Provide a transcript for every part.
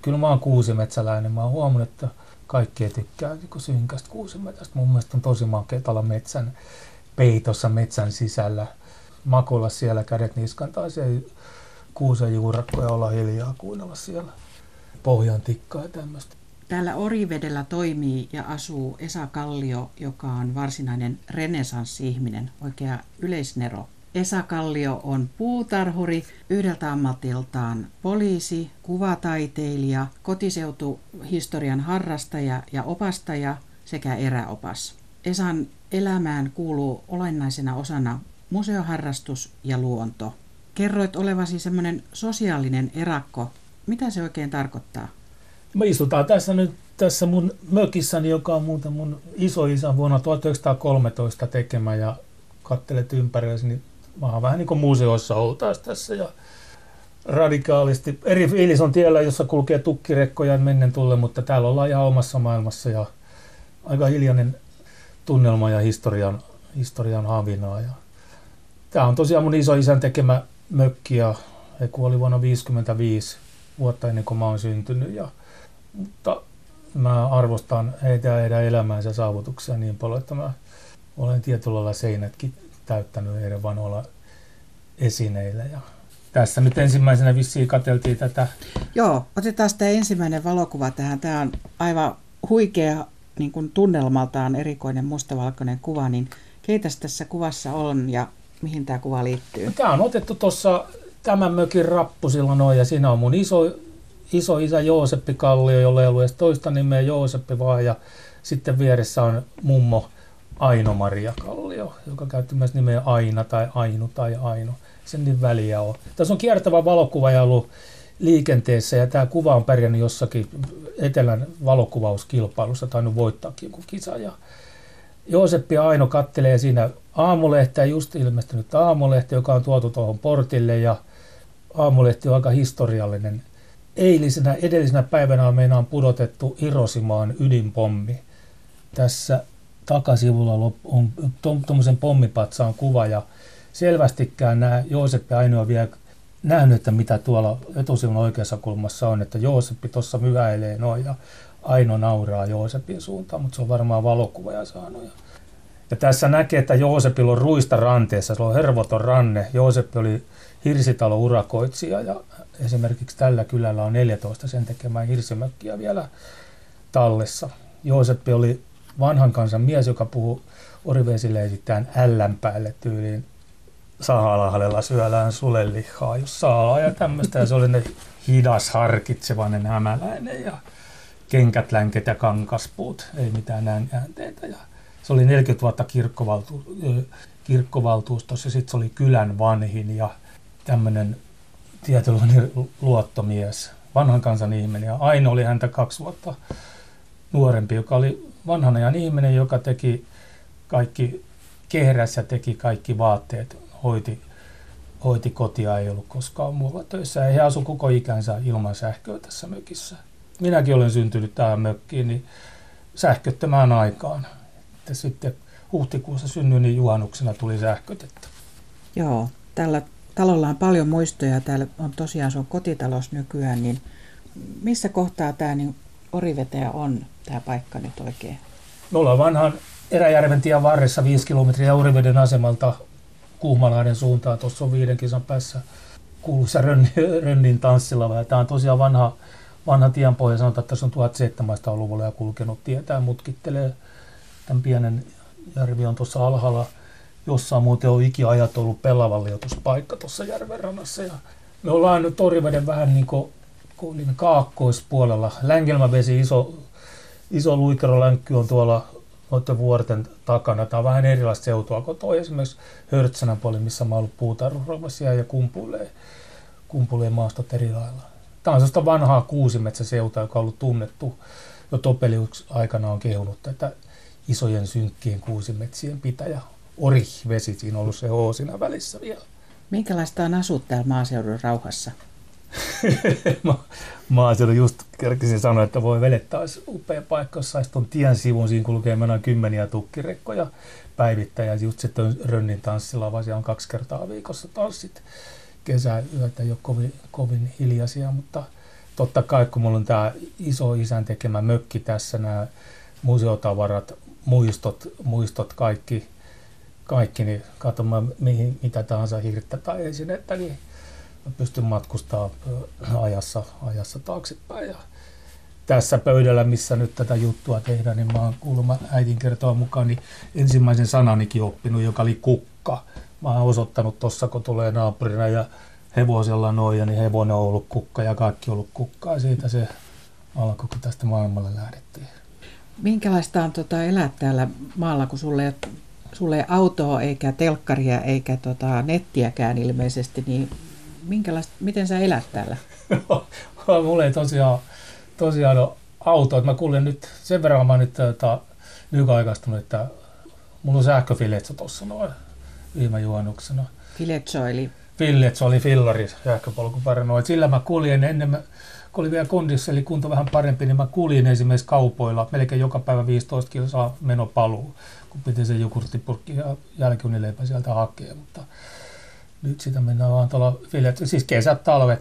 kyllä mä oon kuusimetsäläinen. Mä oon huomannut, että kaikki ei tykkää synkästä kuusimetästä. Mun mielestä on tosi makeeta olla metsän peitossa, metsän sisällä. Makoilla siellä kädet niskan tai siellä kuusen juurakkoja, olla hiljaa, kuunnella siellä pohjan tikkaa ja tämmöistä. Täällä Orivedellä toimii ja asuu Esa Kallio, joka on varsinainen renesanssi-ihminen, oikea yleisnero. Esa Kallio on puutarhuri, yhdeltä ammatiltaan poliisi, kuvataiteilija, kotiseutuhistorian harrastaja ja opastaja sekä eräopas. Esan elämään kuuluu olennaisena osana museoharrastus ja luonto. Kerroit olevasi semmoinen sosiaalinen erakko. Mitä se oikein tarkoittaa? Me istutaan tässä mun mökissäni, joka on muuten mun isoisän vuonna 1913 tekemä, ja katselet ympärillesi, niin mä oon vähän niin kuin museoissa oltaisiin tässä, ja radikaalisti. Eri fiilis on tiellä, jossa kulkee tukkirekkoja mennen tulle, mutta täällä ollaan ihan omassa maailmassa ja aika hiljainen tunnelma ja historian havinaa. Tämä on tosiaan mun isoisän tekemä mökki, ja he kuoli vuonna 1955, vuotta ennen kuin mä oon syntynyt. Mutta mä arvostan heitä ja heidän elämäänsä saavutuksia niin paljon, että mä olen tietyllä lailla seinätkin täyttänyt heidän vanhoilla esineillä. Ja tässä nyt ensimmäisenä vissiin katseltiin tätä. Joo, otetaan tämä ensimmäinen valokuva tähän. Tämä on aivan huikea, niin kuin tunnelmaltaan erikoinen mustavalkoinen kuva. Niin keitäs tässä kuvassa on ja mihin tämä kuva liittyy? Tämä on otettu tuossa tämän mökin rappusilla noin, ja siinä on mun iso isä Jooseppi Kallio, jolla ei ollut edes toista nimeä, Jooseppi vaan, ja sitten vieressä on mummo Aino-Maria Kallio, joka käytti myös nimeä Aina tai Ainu tai Aino. Sen niin väliä on. Tässä on kiertävä valokuva ja ollut liikenteessä, ja tämä kuva on pärjännyt jossakin Etelän valokuvauskilpailussa, tainnut voittaakin joku kisa. Ja Jooseppi ja Aino kattelee siinä aamulehteä, just ilmestynyt aamulehti, joka on tuotu tuohon portille, ja aamulehti on aika historiallinen. Edellisenä päivänä on meinaan pudotettu Hiroshimaan ydinpommi. Tässä takasivulla on tuommoisen pommipatsaan kuva, ja selvästikään nämä Jooseppi ja Aino on vielä nähnyt, että mitä tuolla etusivun oikeassa kulmassa on, että Jooseppi tuossa myhäilee noin ja Aino nauraa Joosepin suuntaan, mutta se on varmaan valokuvaaja saanut. Ja tässä näkee, että Joosepilla on ruista ranteessa, se on hervoton ranne. Jooseppi oli hirsitalo-urakoitsija, ja esimerkiksi tällä kylällä on 14 sen tekemää hirsimökkiä vielä tallessa. Jooseppi oli vanhan kansan mies, joka puhui orivesilleen ällän päälle tyyliin. Sahalahdella syödään sulelihaa, jos saa, ja tämmöistä. Ja se oli ne hidas, harkitsevainen hämäläinen ja kenkät, länket ja kankaspuut, ei mitään äänteitä. Ja se oli 40 vuotta kirkkovaltuustossa, ja sitten se oli kylän vanhin ja tämmöinen tietynlainen luottomies, vanhan kansan ihminen. Ja Aino oli häntä 2 vuotta nuorempi, joka oli vanhan ajan ihminen, joka kehräsi ja teki kaikki vaatteet, hoiti kotia, ei ollut koskaan muualla töissä. Ja he asuivat koko ikänsä ilman sähköä tässä mökissä. Minäkin olen syntynyt tähän mökkiin niin sähköttömään aikaan. Ja sitten huhtikuussa synnyin, niin juhannuksena tuli sähkötettä. Joo, tällä talolla on paljon muistoja. Täällä on tosiaan sun kotitalous nykyään, niin missä kohtaa tämä niin Oriveteä on tämä paikka nyt oikein? Me ollaan vanhan Eräjärven tien varressa 5 kilometriä Oriveden asemalta Kuhmalahden suuntaan. Tuossa on 5 kisan päässä kuuluisa Rönnin tanssilava. Tämä on tosiaan vanha tienpohja. Sanotaan, että tässä on 1700-luvulla ja kulkenut tie. Tämä mutkittelee. Tämän pienen järvi on tuossa alhaalla, jossa on muuten on ikiajat ollut pelavanliotuspaikka tuossa järven rannassa. Ja me ollaan nyt Oriveden vähän niin kuin kaakkoispuolella. Längelmävesi, iso luikerolänkky on tuolla noiden vuorten takana. Tämä on vähän erilaista seutua kuin toi esimerkiksi Hörtsänän puoli, missä mä oon ollut puutarhurovasia ja kumpulee maastot eri lailla. Tämä on sellaista vanhaa kuusimetsäseutua, joka on ollut tunnettu jo Topelius aikana on kehunut tätä isojen synkkien kuusimetsien pitäjä. Orivesi, siinä on ollut se H siinä välissä vielä. Minkälaista on asua täällä maaseudun rauhassa? Maaseudun just kerkisin sanoa, että voi velettää, olisi upea paikka, jos saisi tuon tien sivun, siinä kulkee mennään 10 tukkirekkoja päivittäin, ja just sitten Rönnin tanssilava, siellä on 2 kertaa viikossa tanssit. Kesäyöt ei ole kovin hiljaisia, mutta totta kai kun mulla on tämä iso-isän tekemä mökki tässä, nämä museotavarat, muistot kaikki, niin katsomaan mitä tahansa hirttä tai esinettä, niin mä pystyn matkustamaan ajassa taaksepäin. Ja tässä pöydällä, missä nyt tätä juttua tehdään, niin mä oon kuulemma äitin kertoa mukaan, niin ensimmäisen sananikin oppinut, joka oli kukka. Mä oon osoittanut tossa, kun tulee naapurina ja hevosella noin, niin hevonen on ollut kukka ja kaikki on ollut kukkaa. Ja siitä se alkoi, kun tästä maailmalle lähdettiin. Minkälaista on elää täällä maalla, kun sulle ei autoa eikä telkkaria eikä nettiäkään ilmeisesti, niin miten sä elät täällä? Mulla ei tosiaan ole autoa. Mä kuulen nyt, sen verran mä nyt nykyaikaistunut, että mulla on sähköfiletso tuossa noin viime juhannuksena. Filetso oli fillari sähköpolkupyörä. Sillä mä kuljen ennen, kun oli vielä kondissa, eli kunto vähän parempi, niin mä kuljin esimerkiksi kaupoilla melkein joka päivä 15 kilsaa menopaluu, kun piti sen jogurttipurkki ja jälkiunileipä sieltä hakea. Mutta nyt sitä mennään vaan tuolla filetso, siis kesät,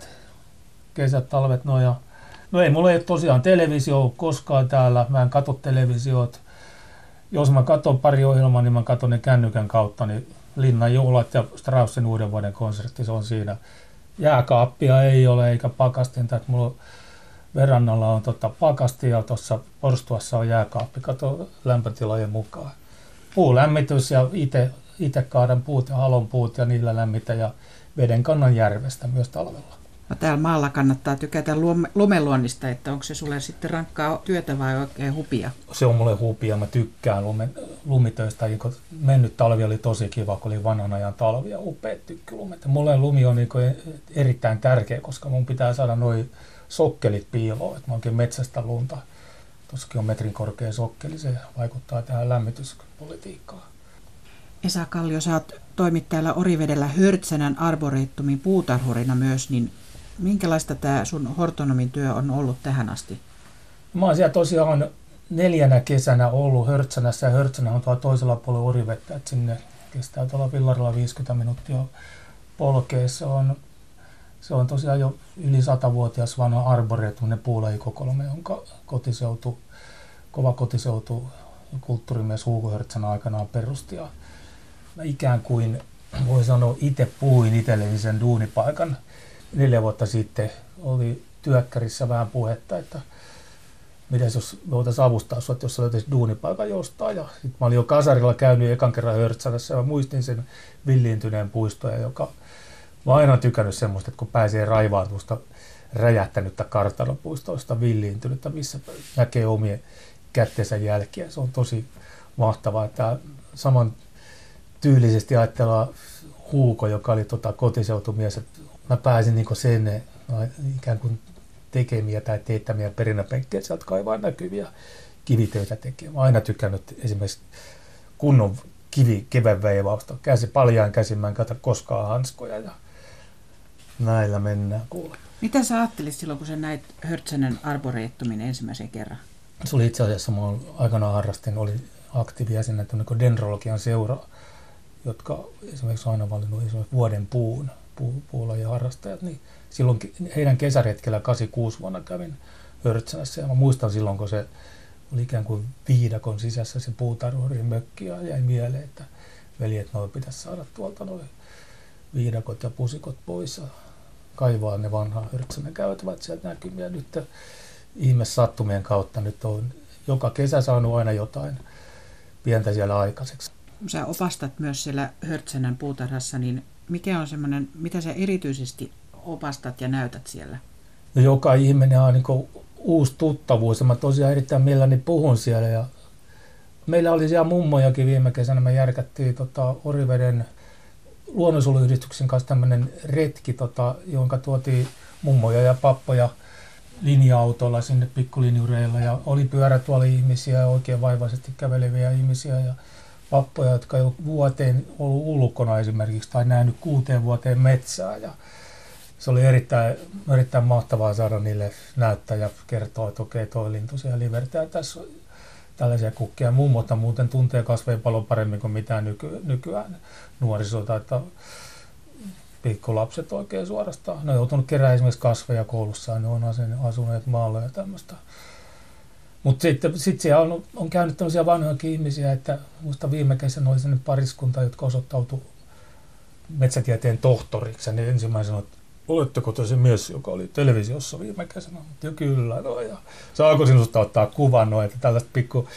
talvet noja. No ei, mulla ei ole tosiaan televisio koskaan täällä, mä en katso televisiota. Jos mä katson pari ohjelmaa, niin mä katson ne kännykän kautta, niin Linnan juhlat ja Straussin uuden vuoden konsertti, se on siinä. Jääkaappia ei ole eikä pakastinta, että mulla verannalla on pakasti ja tuossa porstuassa on jääkaappi, kato lämpötilojen mukaan. Puulämmitys ja itse kaadan puut ja halon puut ja niillä lämmitä ja veden kannan järvestä myös talvella. No, täällä maalla kannattaa tykätä lumenluonnista, että onko se sulle sitten rankkaa työtä vai oikein hupia? Se on mulle hupia, mä tykkään lumitöistä. Mennyt talvi oli tosi kiva, kun oli vanhan ajan talvi ja upeat tykkylumet. Mulle lumi on erittäin tärkeä, koska mun pitää saada noi sokkelit piiloon, että mä oikein metsästä lunta. Tossakin on metrin korkea sokkeli, se vaikuttaa tähän lämmityspolitiikkaan. Esa Kallio, sä toimit täällä Orivedellä Hörtsänän arboreettumin puutarhurina myös, niin minkälaista tämä sun hortonomin työ on ollut tähän asti? Mä oon siellä tosiaan 4 kesänä ollut Hörtsänässä, ja Hörtsänä on tuolla toisella puolella Orivettä, että sinne kestää tuolla fillarilla 50 minuuttia polkea. Se on tosiaan jo yli 100-vuotias vanha arboreettuminen puulajikokolme, jonka kova kotiseutu kulttuurimies Hugo Hörtsänä aikanaan perusti. Ja mä ikään kuin, voi sanoa, itse puhuin itselleni sen duunipaikan. 4 vuotta sitten oli työkkärissä vähän puhetta, että mitäs jos voitaisiin avustaa sinua, että jos sä löytäisit duunipaikan jostain. Ja sit mä olin jo kasarilla käynyt ekan kerran Hörtsänässä ja muistin sen villiintyneen puistoja, joka mä oon aina tykännyt semmoista, että kun pääsee raivaan tuosta räjähtänyttä kartanopuistoista villiintynyttä, missä näkee omien kättensä jälkiä. Se on tosi mahtavaa, että saman tyylisesti ajatellaan Huuko, joka oli kotiseutumies, että mä pääsin niin sen ikään kuin tekemiä tai teettämiä perinnäpenkkejä, sieltä kaivaa näkyviä kivitöitä tekemään. Mä oon aina tykännyt esimerkiksi kunnon kevenveivausta. Paljain käsin, mä en käytä koskaan hanskoja ja näillä mennään kuule. Mitä sä ajattelit silloin, kun sä näit Hörtsänän arboreettumin ensimmäisen kerran? Se oli itse asiassa, mä aikanaan harrastin, oli aktiivijäsenä kuin dendrologian seura, jotka esimerkiksi aina valinnut vuoden puulajien harrastajat, niin silloin heidän kesäretkellä 86 vuonna kävin Hörtsänässä ja mä muistan silloin, kun se oli ikään kuin viidakon sisässä se puutarhurin mökki ja jäi mieleen, että veljet pitäisi saada tuolta noin viidakot ja pusikot pois ja kaivaa ne vanhaa Hörtsänän käytävät sieltä näkymiä. Nyt ihme sattumien kautta nyt on joka kesä saanut aina jotain pientä siellä aikaiseksi. Sä opastat myös siellä Hörtsänän puutarhassa, niin mikä on semmoinen, mitä sä erityisesti opastat ja näytät siellä? No, joka ihminen on niin uusi tuttavuus ja mä tosiaan erittäin mielelläni puhun siellä. Ja meillä oli siellä mummojakin viime kesänä, me järkättiin Oriveden luonnonsuojeluyhdistyksen kanssa tämmöinen retki, jonka tuotiin mummoja ja pappoja linja-autolla sinne pikkulinjureilla ja oli pyörätuoli-ihmisiä ja oikein vaivaisesti käveleviä ihmisiä ja pappoja, jotka ei ollut vuoteen ollut ulkona esimerkiksi tai nähnyt 6 vuoteen metsää. Ja se oli erittäin mahtavaa saada niille näyttää ja kertoa, että okei, toi lintu siellä livertää tässä tällaisia kukkia. Mummota muuten tuntee kasveja paljon paremmin kuin mitään nykyään nuorisota. Että pikkulapset oikein suorastaan. Ne on joutunut keräämään esimerkiksi kasveja koulussa ja ne on asuneet maalla ja tämmöistä. Mutta sitten siellä on käynyt tämmöisiä vanhojakin ihmisiä, että muista viime kesänä oli sellainen pariskunta, jotka osoittautui metsätieteen tohtoriksi. Ja ne ensimmäisenä sanoi, että oletteko te se mies, joka oli televisiossa viime kesänä? Ja kyllä, no ja saako sinusta ottaa kuvan, no, että tällaista pikku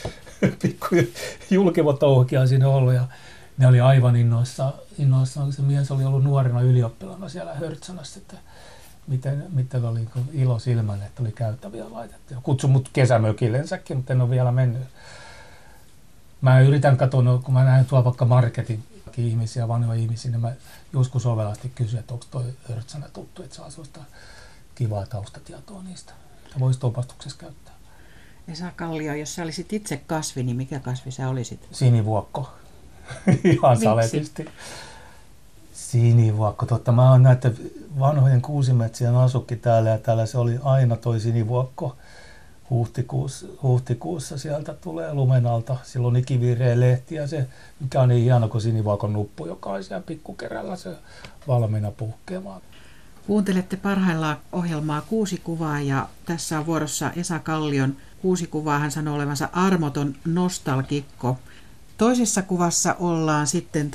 julkivotouhukia siinä ollut. Ja ne oli aivan innoissaan. Se mies oli ollut nuorena ylioppilana siellä Hörtsänässä, että miten oli ilo silmälle, että oli käyttäviä laitettu. Ja kutsui mut kesämökillensäkin, mutta en ole vielä mennyt. Mä yritän katsoa, kun mä näen tuolla vaikka marketin ihmisiä, vanhoja ihmisiä, niin mä joskus ovelasti kysyn, että onko toi Hörtsänä tuttu, että saa sellaista kivaa taustatietoa niistä. Ja voisi opastuksessa käyttää. Esa Kallio, jos sä olisit itse kasvi, niin mikä kasvi sä olisit? Sinivuokko. Ihan saletisti. Sinivuokko. Mä oon näitä vanhojen kuusimetsien asukki täällä ja täällä se oli aina toi sinivuokko. Huhtikuussa sieltä tulee lumen alta. Silloin ikivireä lehti ja se, mikä on niin hieno kuin sinivuokon nuppu, joka on siellä pikkukerällä se valmiina puhkeamaan. Kuuntelette parhaillaan ohjelmaa 6 kuvaa ja tässä on vuorossa Esa Kallion 6 kuvaa. Hän sanoo olevansa armoton nostalgikko. Toisessa kuvassa ollaan sitten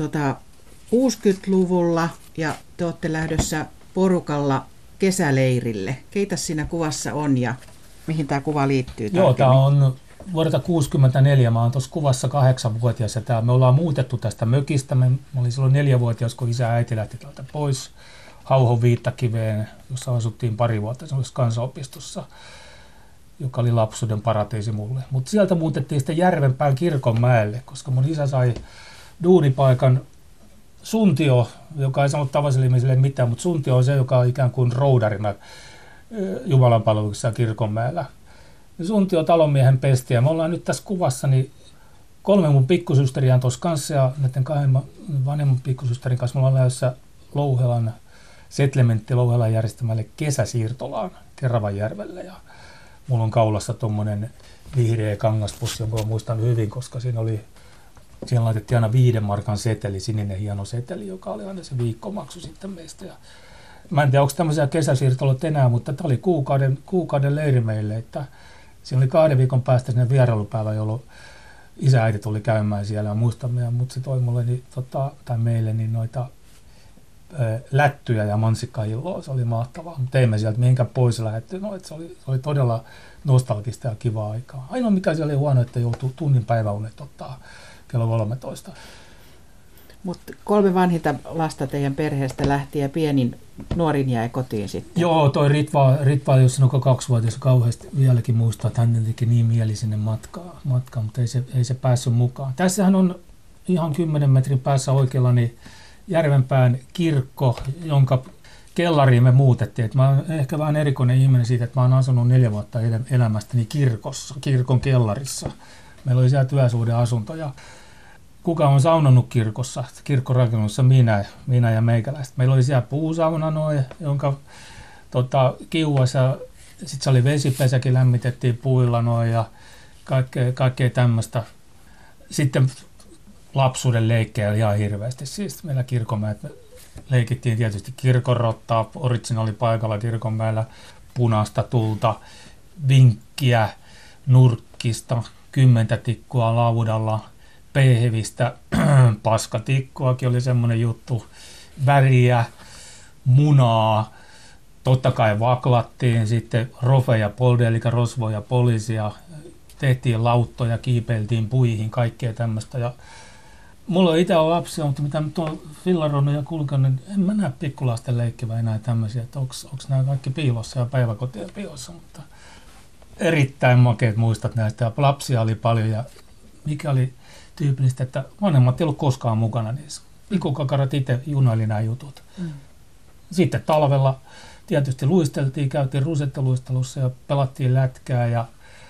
60-luvulla ja te olette lähdössä porukalla kesäleirille. Keitä siinä kuvassa on ja mihin tämä kuva liittyy? Joo, tämä on vuodelta 1964. Mä oon tuossa kuvassa 8-vuotias ja me ollaan muutettu tästä mökistä. Mä olin silloin 4-vuotias, kun isä ja äiti lähti täältä pois Hauhon Viittakiveen, jossa asuttiin pari vuotta semmoisessa kansanopistossa, joka oli lapsuuden paratiisi mulle. Mutta sieltä muutettiin sitten Järvenpään Kirkonmäelle, koska mun isä sai duunipaikan Suntio, joka ei sanonut tavalliselle ihmiselle mitään, mutta Suntio on se, joka on ikään kuin roudarina Jumalanpalveluksessa Kirkonmäellä. Ja Suntio talonmiehen pesti, ja me ollaan nyt tässä kuvassa, niin 3 mun pikkusysteriä on tuossa kanssa, ja näiden 2 vanhemman pikkusysterin kanssa me ollaan lähdössä Louhelan, Setlementti Louhelan järjestämälle kesäsiirtolaan Keravanjärvelle, ja mulla on kaulassa tuommoinen vihreä kangaspussi, jonka muistan hyvin, koska siinä laitettiin aina 5 markan seteli, sininen hieno seteli, joka oli aina se viikkomaksu sitten meistä. Ja mä en tiedä, onko tämmöisiä kesäsiirtolot enää, mutta tämä oli kuukauden leiri meille. Että siinä oli 2 viikon päästä sinne vierailupäivä, jolloin isä ja äiti tuli käymään siellä. Ja muistamme, ja mutsi toi mulle tai meille niin noita lättyjä ja mansikkahilloa. Se oli mahtavaa, mutta ei me sieltä mihinkään pois lähdetty. No, se oli todella nostalgista ja kivaa aikaa. Ainoa mikä siellä oli huono, että joutui tunnin päiväunet ottaa kello 13. Mutta 3 vanhinta lasta teidän perheestä lähti ja nuorin jäi kotiin sitten. Joo, toi Ritva jos on 2-vuotias, kauheasti vieläkin muistaa, että hän teki niin mieli sinne matkaan, mutta ei se päässyt mukaan. Tässähän on ihan 10 metrin päässä oikealla niin Järvenpään kirkko, jonka kellariin me muutettiin. Et mä oon ehkä vähän erikoinen ihminen siitä, että mä oon asunut 4 vuotta elämästäni kirkon kellarissa. Meillä oli siellä työsuhdeasunto ja kuka on saunannut kirkossa, kirkkorakennuksessa minä ja meikäläiset. Meillä oli siellä puusauna jonka kiuas ja sitten se oli vesipesäkin, lämmitettiin puilla ja kaikkea tämmöistä. Sitten lapsuuden leikkejä ihan hirveästi. Siis meillä Kirkonmäellä leikittiin tietysti kirkonrottaa, originaali paikalla Kirkonmäellä, punaista tulta, vinkkiä, nurkkista, 10 tikkua laudalla, pehvistä, paskatikkuakin oli semmoinen juttu, väriä, munaa, totta kai vaklattiin, sitten rofeja, polde, eli rosvoja, poliisia, tehtiin lauttoja, kiipeiltiin puihin, kaikkea tämmöistä. Ja mulla on itse lapsia, mutta mitä nyt on villaronnut ja kulkenut, niin en mä näe pikkulasten leikkivä enää tämmöisiä, että onko nämä kaikki piilossa ja päiväkotien piilossa, mutta erittäin makeat muistat näistä. Ja lapsia oli paljon ja mikä oli tyypillistä, että vanhemmat ei ollut koskaan mukana niissä. Pikukakarat itse junaili nämä jutut. Sitten talvella tietysti luisteltiin, käytiin rusetteluistelussa ja pelattiin lätkää ja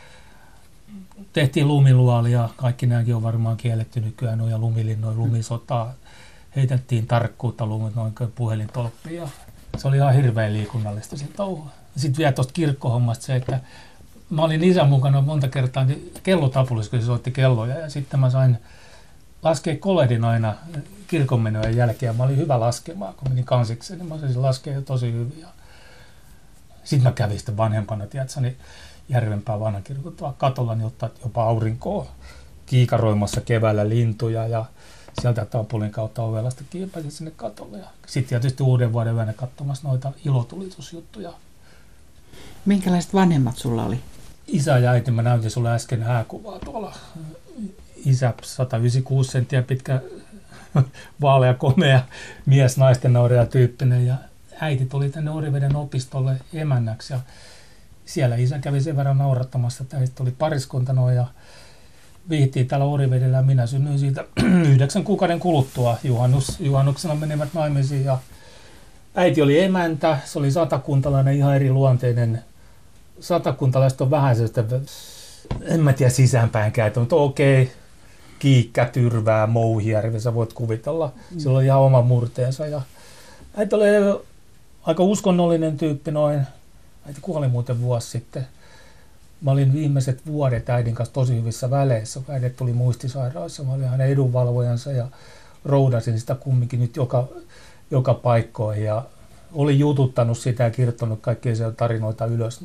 tehtiin lumiluolia. Kaikki nämäkin on varmaan kielletty nykyään, ja lumilinnoja, lumisotaa. Heitettiin tarkkuutta lumit noin puhelintolppiin ja se oli ihan hirveän liikunnallista se touhua. Sitten vielä tuosta kirkkohommasta se, että mä olin isän mukana monta kertaa kellotapulissa, kun se soitti kelloja ja sitten mä sain laskea koledin aina kirkonmenojen jälkeen. Mä olin hyvä laskemaan, kun menin kansikseen, niin mä osasin laskea jo tosi hyvin. Sitten mä kävin sitten vanhempana, tiedätkö, niin Järvenpään vanhan kirkon katolla, niin ottaa jopa aurinkoa kiikaroimassa keväällä lintuja ja sieltä tapulin kautta ovelasta kiipäsin sinne katolle. Sitten tietysti uuden vuoden yönä katsomassa noita ilotulitusjuttuja. Minkälaiset vanhemmat sulla oli? Isä ja äiti, mä näytin sulle äsken hääkuvaa tuolla. Isä 196 senttiä pitkä, vaalea, komea mies, naisten naurea tyyppinen. Ja äiti tuli tänne Oriveden opistolle emännäksi. Ja siellä isä kävi sen verran naurattamassa, että äiti oli pariskunta noin ja viihtiin täällä Orivedellä. Minä synnyin siitä 9 kuukauden kuluttua. Juhannuksena menivät naimisiin ja äiti oli emäntä. Se oli satakuntalainen, ihan eri luonteinen. Satakuntalaiset on vähän sellaista, en mä tiedä sisäänpäin käytä, mutta okei, kiikkä, tyrvää, Mouhijärvi, sä voit kuvitella. Sillä oli ihan oma murteensa. Ja äiti oli aika uskonnollinen tyyppi noin. Äiti kuoli muuten vuosi sitten. Mä olin viimeiset vuodet äidin kanssa tosi hyvissä väleissä. Äidit tuli muistisairaassa. Mä olin hänen edunvalvojansa ja roudasin sitä kumminkin nyt joka paikkoihin. Ja olin jututtanut sitä ja kirjoittanut kaikkia siellä tarinoita ylös.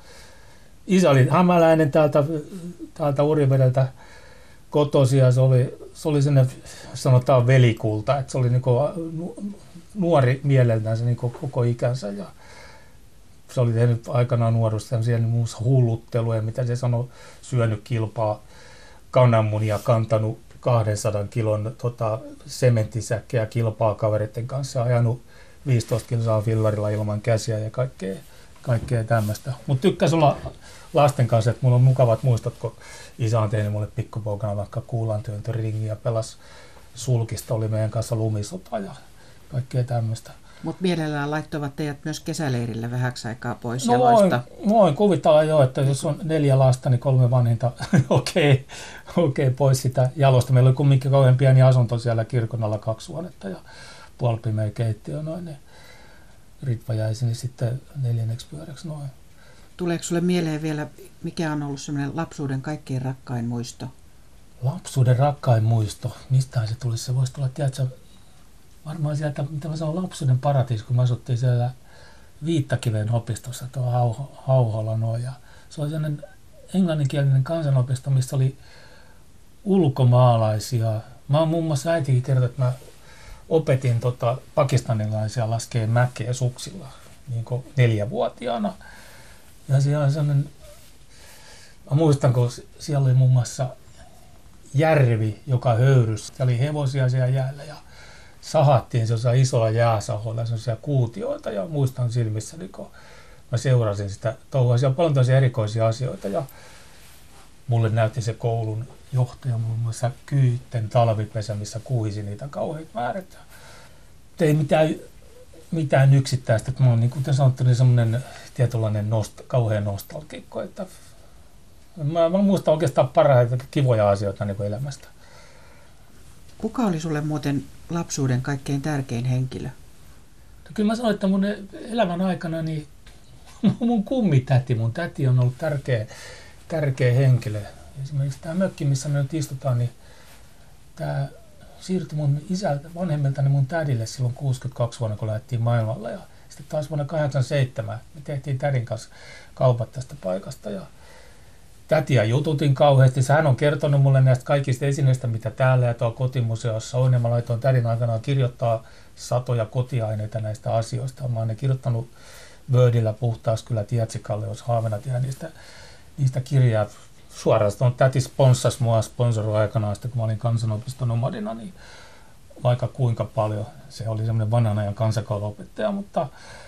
Isä oli hämäläinen täältä Orivedeltä kotoisin ja se oli sellainen, sanotaan velikulta, että se oli niinku nuori mieleltänsä niinku koko ikänsä ja se oli tehnyt aikanaan nuoruudessa tämmöisiä muun muassa hullutteluja, mitä se sanoi, syönyt kilpaa kananmunia, kantanut 200 kilon sementtisäkkiä kilpaa kavereiden kanssa, ajanut 15 kilsaa fillarilla ilman käsiä ja kaikkea tämmöistä. Mutta tykkäs olla lasten kanssa, että mulla on mukavat muistot, kun isä on tehnyt mulle pikkupoikana vaikka kuulantyöntöringi ja pelas sulkista, oli meidän kanssa lumisota ja kaikkea tämmöistä. Mutta mielellään laittoivat teidät myös kesäleirille vähäksi aikaa pois jaloista. Voin kuvitella jo, että jos on 4 lasta, niin 3 vanhinta, okei, pois sitä jalosta. Meillä oli kumminkin kauhean pieni asunto siellä kirkon alla 2 huonetta ja puolipimeä keittiö noin, niin Ritva jäi sinne sitten 4. pyöräksi noin. Tuleeko sulle mieleen vielä, mikä on ollut semmoinen lapsuuden kaikkein rakkain muisto? Lapsuuden rakkain muisto? Mistähän se tulisi? Se voisi tulla, tiedätkö, varmaan sieltä, mitä mä sanon, lapsuuden paratiisi, kun me asuttiin siellä Viittakiven opistossa tuolla Hauholla noin. Ja se oli sellainen englanninkielinen kansanopisto, missä oli ulkomaalaisia. Mä oon muun muassa äitikin kertonut, että mä opetin pakistanilaisia laskee mäkeä suksilla niin kuin 4-vuotiaana. Ja siellä oli sellainen, mä muistan, kun siellä oli muun muassa järvi, joka höyrysi. Siellä oli hevosia siellä jäällä ja sahattiin sellaisilla isoilla jääsahoilla sellaisia kuutioita ja muistan silmissä, kun mä seurasin sitä touhua. Siellä on paljon tosi erikoisia asioita ja mulle näytti se koulun johtaja muun muassa Kyytten talvipesä, missä kuhisi niitä kauheita määrät. Ei mitään yksittäistä, että mä oon niin kuten sanottu, niin semmoinen tietynlainen kauhean nostalgikko, että mä muistan oikeastaan parhaita kivoja asioita niin kuin elämästä. Kuka oli sulle muuten lapsuuden kaikkein tärkein henkilö? No, kyllä mä sanoin, että mun elämän aikana niin mun kummitäti, mun täti on ollut tärkeä henkilö. Esimerkiksi tämä mökki, missä me nyt istutaan, niin tämä siirtyi mun isältä, vanhemmiltani mun tädille silloin 62 vuonna, kun lähdettiin maailmalle. Ja sitten taas vuonna 87 me tehtiin tädin kanssa kaupat tästä paikasta. Ja tätiä jututin kauheasti. Hän on kertonut mulle näistä kaikista esineistä, mitä täällä ja tuolla kotimuseossa on. Ja mä laitoin tädin aikanaan kirjoittaa satoja kotiaineita näistä asioista. Mä oon ne kirjoittanut Wordillä puhtaasti kyllä Tietsikalle, jos haaveena tehdä niistä kirjaa. Suorastaan täti sponssasi mua, sponsoroi aikanaan sitten, kun mä olin kansanopiston omadina, niin vaikka kuinka paljon. Se oli semmoinen vanhan ajan kansakouluopettaja, mutta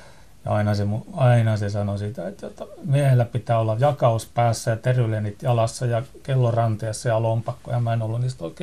aina se sanoi sitä, että miehellä pitää olla jakaus päässä ja tervelenit jalassa ja kello ranteessa ja lompakko. Ja mä en ollut niistä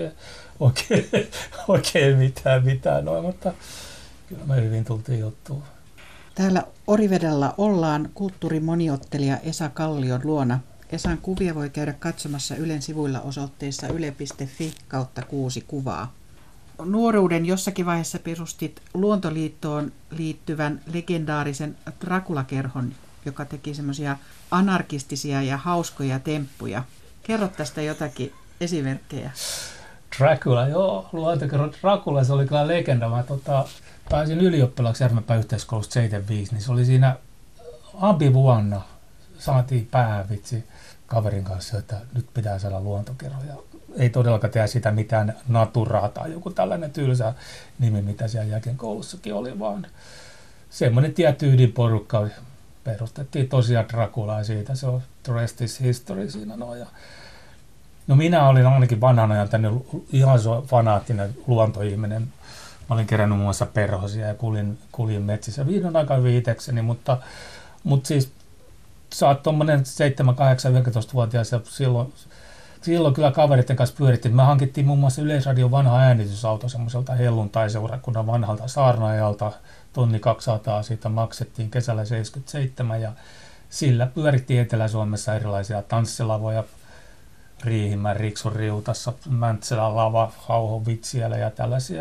oikein mitään noin, mutta kyllä me hyvin tultiin juttuun. Täällä Orivedellä ollaan kulttuurimoniottelija Esa Kallion luona. Esan kuvia voi käydä katsomassa Ylen sivuilla osoitteessa yle.fi/6 kuvaa. Nuoruuden jossakin vaiheessa perustit Luontoliittoon liittyvän legendaarisen Dracula-kerhon, joka teki semmoisia anarkistisia ja hauskoja temppuja. Kerro tästä jotakin esimerkkejä. Dracula, joo, luontokerro Dracula, se oli kyllä legenda. Mä pääsin ylioppilaaksi Järvenpään yhteiskoulusta 75, niin se oli siinä abivuonna. Saatiin päähän vitsi kaverin kanssa, että nyt pitää saada luontokerho. Ja ei todellakaan tehdä sitä mitään naturaa tai joku tällainen tylsä nimi, mitä siellä jälkeenkoulussakin oli, vaan semmoinen tietty ydinporukka. Perustettiin tosiaan Dracula ja siitä se on The Rest is History siinä noin. No minä olin ainakin vanhan ajan tänne ihan fanaattinen luontoihminen. Mä olin kerännyt muun muassa perhosia ja kuljin metsissä viidon aika hyvin itsekseni, mutta siis sä oot tommonen 7, 8, 19-vuotias ja silloin kyllä kaveritten kanssa pyörittiin. Me hankittiin muun muassa Yleisradion vanha äänitysauto semmoiselta helluntaiseurakunnan vanhalta saarnaajalta. 1200 siitä maksettiin kesällä 77 ja sillä pyörittiin Etelä-Suomessa erilaisia tanssilavoja. Riihimäen Riksun riutassa, Mäntsälän lava, Hauhon vitsiellä ja tällaisia.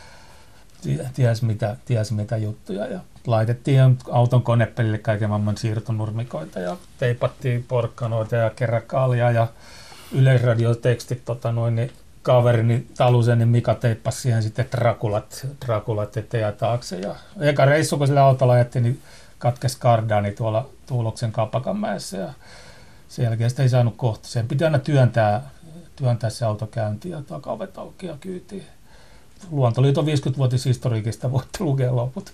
Ties mitä juttuja. Ja laitettiin auton konepelille kaiken maailman siirtonurmikoita ja teipattiin porkkanoita ja keräkaalia ja Yleisradiotekstit niin kaverini Taluseni Mika teippasi siihen sitten Draculat eteen ja taakse. Ja eka reissu, kun sillä autolla ajettiin, niin katkesi kardaani tuolla Tuuloksen Kapakanmäessä ja sen jälkeen sitä ei saanut kohta. Sen piti aina työntää se auto käyntiin ja takaovet auki ja kyytiin. Luontoliiton 50-vuotishistoriikista voitte lukea loput.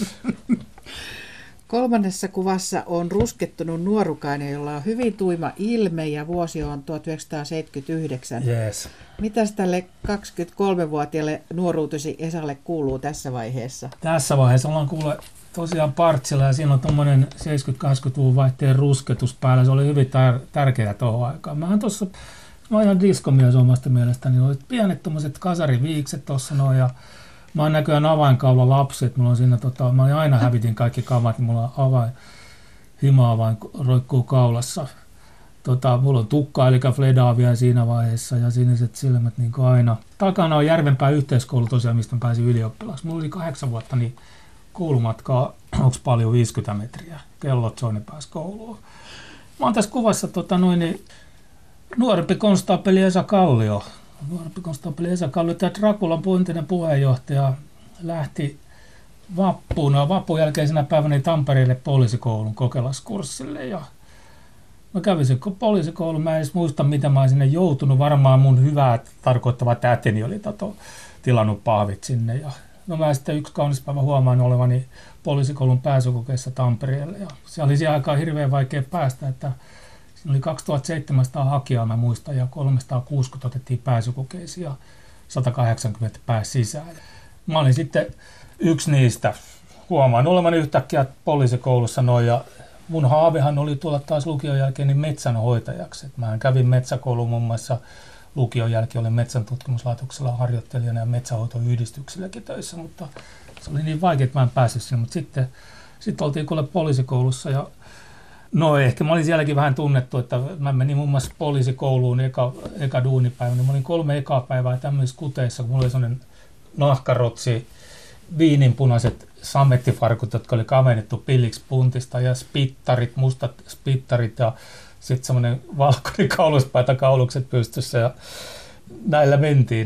Kolmannessa kuvassa on ruskettunut nuorukainen, jolla on hyvin tuima ilme ja vuosi on 1979. Yes. Mitäs tälle 23-vuotiaalle nuoruutesi Esalle kuuluu tässä vaiheessa? Tässä vaiheessa ollaan kuule tosiaan partsilla ja siinä on tuommoinen 70-80-luvun vaihteen rusketus päällä. Se oli hyvin tärkeää tuohon aikaan. Mä oon ihan diskomies omasta mielestäni. Oli pienet tuommoiset kasariviikset tuossa noin ja mä oon näköjään avainkaula lapsi, että mulla on siinä, mä aina hävitin kaikki kamat, niin mulla on hima-avain roikkuu kaulassa. Mulla on tukka, eli fledaavia siinä vaiheessa ja siniset silmät niin kuin aina. Takana on Järvenpään yhteiskoulu tosiaan, mistä mä pääsin ylioppilaaksi. Mulla oli 8 vuotta, niin koulumatkaa, onko paljon 50 metriä, kellot soi, niin pääsi kouluun. Mä oon tässä kuvassa nuorempi konstaapeli Esa Kallio. Tämä Draculan entinen puheenjohtaja lähti vapun jälkeisenä päivänä Tampereelle poliisikoulun kokelaskurssille. Ja mä kävin sen poliisikoulun, mä en edes muista mitä mä sinne joutunut. Varmaan mun hyvää tarkoittava täteni oli tilannut pahvit sinne. Ja no mä sitten yksi kaunis päivä huomaan olevani poliisikoulun pääsykokeessa Tampereelle. Ja se oli siihen aikaan hirveän vaikea päästä, että siinä oli 2700 hakijaa, mä muistan, ja 360 otettiin pääsykokeisiin ja 180 pääsi sisään. Mä olin sitten yksi niistä. Huomaan olevani yhtäkkiä poliisikoulussa noin, ja mun haavehan oli tulla taas lukion jälkeen niin metsänhoitajaksi. Mä kävin metsäkoulun muun muassa lukion jälkeen, olin metsäntutkimuslaitoksella harjoittelijana ja metsähoitoyhdistyksilläkin töissä, mutta se oli niin vaikea, että mä en päässyt sinne. Mutta sitten oltiin kuule poliisikoulussa ja no ehkä mä olin sielläkin vähän tunnettu, että mä menin muun muassa poliisikouluun eka duunipäivä, niin mä olin 3 ekaa päivää tämmöisissä kuteissa, kun mulla oli sellainen nahkarotsi, viininpunaiset samettifarkut, jotka oli kavennettu pilliksi puntista ja spittarit, mustat spittarit ja sitten semmoinen valkoinen kauluspaita kaulukset pystyssä ja näillä mentiin.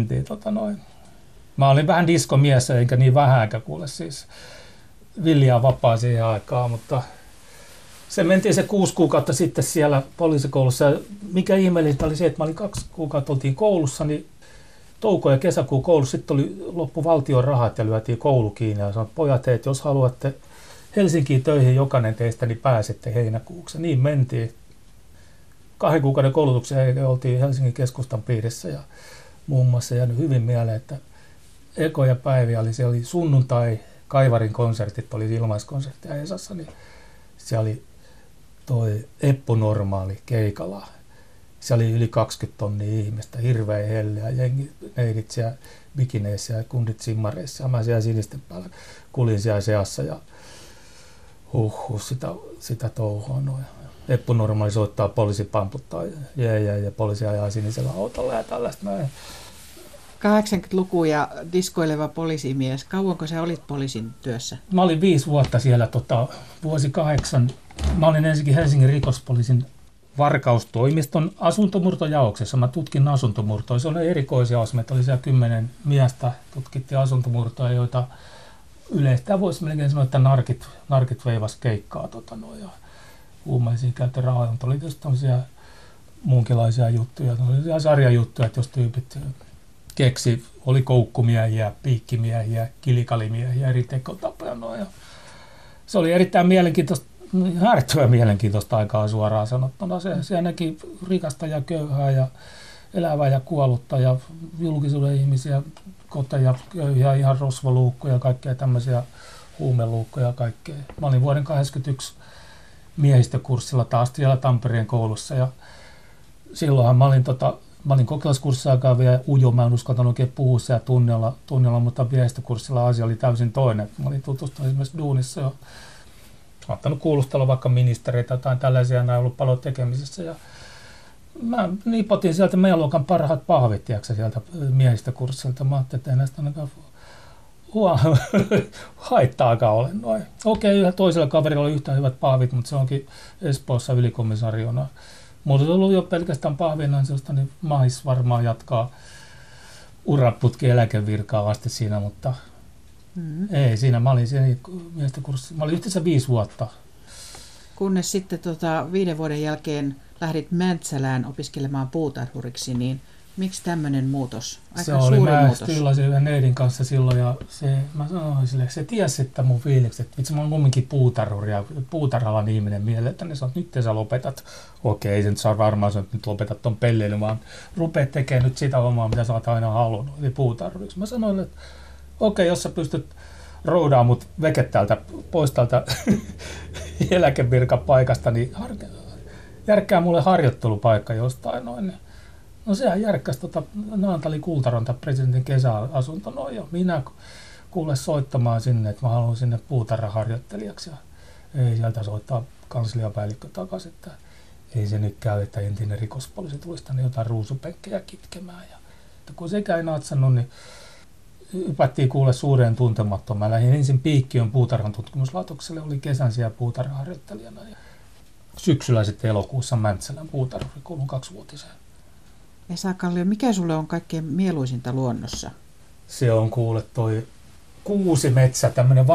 Mä olin vähän diskomies enkä niin vähääkään kuule siis viljaa vapaa siihen aikaan, mutta se mentiin se 6 kuukautta sitten siellä poliisikoulussa. Ja mikä ihmeellistä oli se, että mä olin 2 kuukautta oltiin koulussa, niin touko- ja kesäkuun koulussa sitten oli loppu valtion rahat ja lyötiin koulu kiinni. Ja sanoin, pojat, että jos haluatte Helsinkiin töihin jokainen teistä, niin pääsette heinäkuuksi. Niin mentiin. 2 kuukauden koulutuksen oltiin Helsingin keskustan piirissä ja muun muassa jäänyt hyvin mieleen, että ekoja päiviä oli sunnuntai, Kaivarin konsertit, oli ilmaiskonsertteja Esassa, niin siellä oli toi Eppu Normaali keikalla. Siellä oli yli 20 tonnia ihmistä, hirveä helleä, jengi neidit siellä bikineissä ja kundit simmareissa. Ja mä siellä sinisten päällä kulin siellä seassa ja sitä touhua noin. Eppu Normaali soittaa, poliisi pamputtaa ja poliisi ajaa sinisellä autolla ja tällaista näin. 80-luku ja diskoileva poliisimies. Kauanko sä olit poliisin työssä? Mä olin 5 vuotta siellä, vuosi 8. Mä olin ensinnäkin Helsingin rikospoliisin varkaustoimiston asuntomurtojaoksessa. Mä tutkin asuntomurtoja. Se on erikoisjaos. Meitä oli siellä 10 miestä, tutkittiin asuntomurtoja, joita yleistä voisi melkein sanoa, että narkit veivas keikkaa ja huumeisiin käytti rahaa. Mutta oli tietysti tämmöisiä muunkinlaisia juttuja, tämmöisiä sarjajuttuja, että jos tyypit oli koukkumiehiä, piikkimiehiä, kilikalimiehiä, eri tekotapoja. Se oli erittäin mielenkiintoista, äärettömän mielenkiintoista aikaa suoraan sanottuna. Se näki rikasta ja köyhää ja elävää ja kuollutta ja julkisuuden ihmisiä, koteja, köyhiä, ihan rosvoluukkoja, kaikkea tämmöisiä huumeluukkoja ja kaikkea. Mä olin vuoden 1981 miehistökurssilla taas siellä Tampereen koulussa ja silloinhan mä olin kokelaskurssissa aikaa vielä ujo, mä en uskaltanut oikein puhua siellä tunnella, mutta miehistökurssilla asia oli täysin toinen. Mä olin tutustunut esimerkiksi duunissa ja ottanut kuulustella vaikka ministereitä tai tällaisia, näin ollut paljon tekemisissä. Ja mä nipotin sieltä meidän luokan parhaat pahvit, sieltä miehistökurssilta. Mä ajattelin, että ei näistä ainakaan haittaakaan ole noin. Okei, yhä toisella kaverilla oli yhtä hyvät pahvit, mutta se onkin Espoossa ylikomissariona. Mulla on ollut jo pelkästään pahvin ansiosta, niin mahis varmaan jatkaa uraputki eläkevirkaa asti siinä, mutta ei siinä. Mä olin siellä miehistökurssilla. Mä olin yhteensä 5 vuotta. Kunnes sitten 5 vuoden jälkeen lähdit Mäntsälään opiskelemaan puutarhuriksi, niin miksi tämmöinen muutos? Aika suuri muutos. Mä stylasin yhden neidin kanssa silloin ja mä sanoin sille, se tiesi, että mun fiilikset, että vitsi mä oon kumminkin puutarhuri ja puutarhalan ihminen mieleen, että ne sanoo, että nyt sä lopetat. Okei, se nyt saa varmaan sanoa, että nyt lopetat ton pelleilyn, vaan rupeat tekemään nyt sitä omaa, mitä sä oot aina halunnut, eli puutarhuriksi. Mä sanoin, että okei, jos sä pystyt roudaamaan mut veke täältä, pois täältä eläkevirkapaikasta, niin järkkää mulle harjoittelupaikka jostain noin. No sehän järkkäsi Naantali Kultaranta presidentin kesäasunto noin, ja minä kuule soittamaan sinne, että mä haluan sinne puutarhaharjoittelijaksi. Ja ei sieltä soittaa kansliapäällikkö takaisin, että ei se nyt käy, että entinen rikospoliisi tulisi tänne jotain ruusupenkkejä kitkemään. Ja, että kun sekään ei natsannut, niin hypättiin kuule suureen tuntemattoon. Mä lähdin ensin Piikkiön puutarhan tutkimuslaitokselle, oli kesän siellä puutarhaharjoittelijana. Ja syksyllä sitten elokuussa Mäntsälän puutarhurikoulun 2-vuotiseen. Esa Kallio, mikä sulle on kaikkein mieluisinta luonnossa? Se on kuule toi kuusimetsä, tämmöinen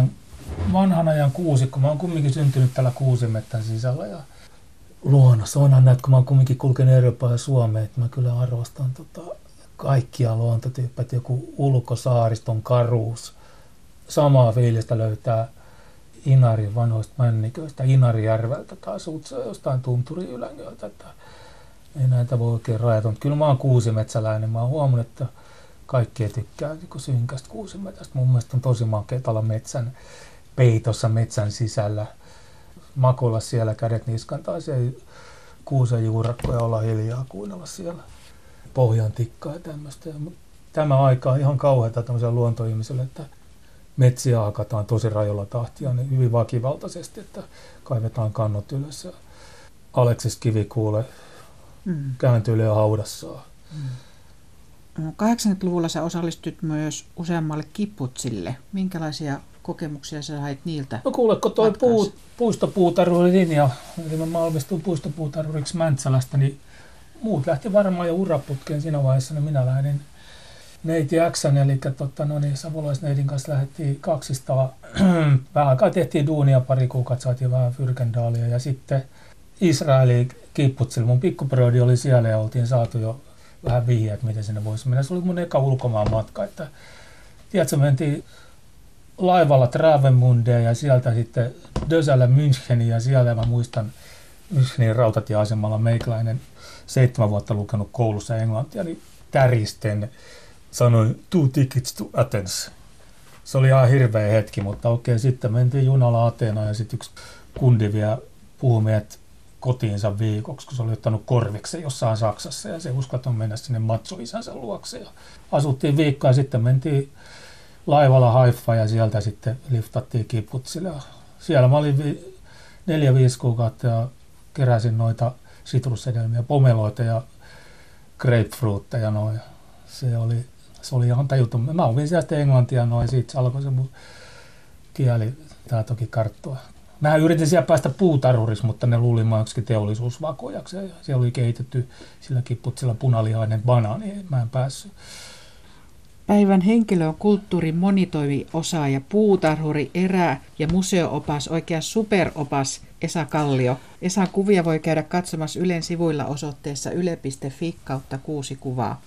vanhan ajan kuusikko. Mä oon kumminkin syntynyt täällä kuusimettän sisällä ja luonnossa. Onhan näet, kun mä oon kumminkin kulkenut Eurooppaan ja Suomeen, että mä kyllä arvostan kaikkia luontotyyppejä, joku ulkosaariston karuus. Samaa fiilistä löytää Inarin vanhoista männiköistä, Inarijärveltä tai jostain Tunturin Ylängöltä, että ei näitä voi oikein rajata. Kyllä mä oon kuusimetsäläinen. Mä oon huomannut, että kaikki ei tykkää synkästä kuusimetästä. Mun mielestä on tosi makea olla metsän peitossa, metsän sisällä. Makoilla siellä kädet niskan tai se kuusen juurakkoja olla hiljaa, kuunnella siellä pohjan tikkaa ja tämmöistä. Tämä aika on ihan kauheata tämmöiselle luontoihmiselle, että metsiä hakataan tosi rajolla tahtia, niin hyvin väkivaltaisesti, että kaivetaan kannot ylös. Ja Aleksis Kivikuule kääntyy yli haudassaan. 80-luvulla sä osallistut myös useammalle kibbutzille. Minkälaisia kokemuksia sä sait niiltä? No kuuleko toi puistopuutarhurin linja, eli mä valmistuin puistopuutarhuriksi Mäntsälästä, niin muut lähti varmaan jo uraputkeen siinä vaiheessa, niin minä lähdin neiti X:n, eli savolaisneidin kanssa lähdettiin 200. Vähän aikaa tehtiin duunia, pari kuukautta saatiin vähän Fyrkendaalia ja sitten Israelin kibbutzilla. Mun pikkubrödi oli siellä ja oltiin saatu jo vähän vihjeä, että miten sinne voisi mennä. Se oli mun eka ulkomaan matka. Että, tiedätkö, mentiin laivalla Travemundeen ja sieltä sitten Dösällä Müncheniin ja siellä mä muistan Münchenin rautatieasemalla meikäläinen 7 vuotta lukenut koulussa englantia, niin täristen sanoin 2 tickets to Athens. Se oli ihan hirveä hetki, mutta okei, sitten mentiin junalla Ateenaan ja sitten yksi kundi vielä puhui meidät kotiinsa viikoksi, kun se oli ottanut korviksen jossain Saksassa ja se uskoton mennä sinne matsoisänsä luokse. Ja asuttiin viikkoa ja sitten mentiin laivalla Haifaan ja sieltä sitten liftattiin kibbutzille. Siellä mä olin 4-5 kuukautta ja keräsin noita sitrushedelmiä, pomeloita ja grapefruitteja noin. Se oli ihan tajuton. Mä opin sieltä englantia noin, siitä alkoi se mun kieli, tää toki karttua Mä yritin siellä päästä puutarhurissa, mutta ne luuli maaksikin teollisuusvakojaksi. Ja siellä oli kehitetty sillä kipputsella punalihainen banaani, mä en päässyt. Päivän henkilö on kulttuurin monitoimiosaaja, puutarhuri, ja museoopas, oikea superopas Esa Kallio. Esan kuvia voi käydä katsomassa Ylen sivuilla osoitteessa yle.fi/6 kuvaa.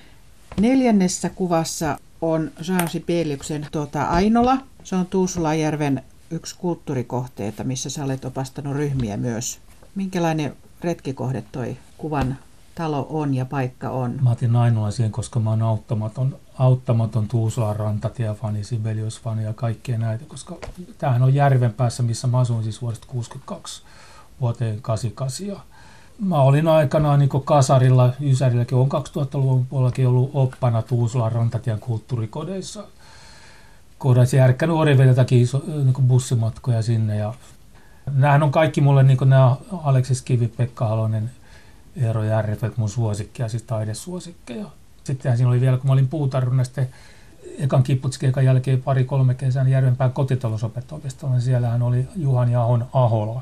4. kuvassa on Jean Sibeliuksen Ainola. Se on Tuusulajärven yksi kulttuurikohteita, missä sä olet opastanut ryhmiä myös. Minkälainen retkikohde toi kuvan talo on ja paikka on? Mä otin Ainola siihen, koska mä oon auttamaton Tuusulan rantatiefani, Sibelius-fani ja kaikkea näitä, koska tämähän on järven päässä, missä mä asuin siis vuodesta 1962 vuoteen 1988. Ja mä olin aikanaan niin kasarilla, Ysärilläkin, on 2000-luvun puolellakin ollut oppana Tuusulan rantatien kulttuurikodeissa. Kohdassa järkkänyt Orivedeltäkin niin bussimatkoja sinne. Ja nämähän on kaikki mulle, niin nämä Aleksis Kivi, Pekka Halonen, Eero Järrefelt, mun suosikkia, siis taidesuosikkeja. Sittenhän siinä oli vielä, kun mä olin puutarhurina sitten ekan kipputskeikan jälkeen 2-3 kesän Järvenpään kotitalousopettajaopistolla, niin siellähän oli Juhani Ahon Ahola,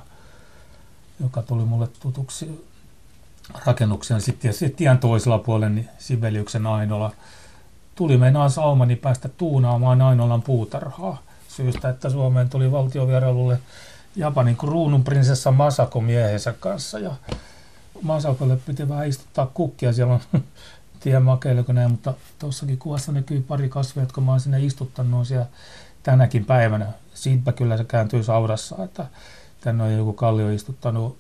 joka tuli mulle tutuksi rakennuksen. Sitten tien toisella puolella niin Sibeliuksen Ainola. Tuli meinaan saumani päästä tuunaamaan Ainolan puutarhaa syystä, että Suomeen tuli valtiovierailulle Japanin kruununprinsessa Masako miehensä kanssa. Ja Masakolle piti vähän istuttaa kukkia, siellä on tien makeilla näin, mutta tuossakin kuvassa näkyy pari kasvia, jotka mä oon sinne istuttanut, on siellä tänäkin päivänä. Siitäpä kyllä se kääntyy saudassa, että tänne on joku kallio istuttanut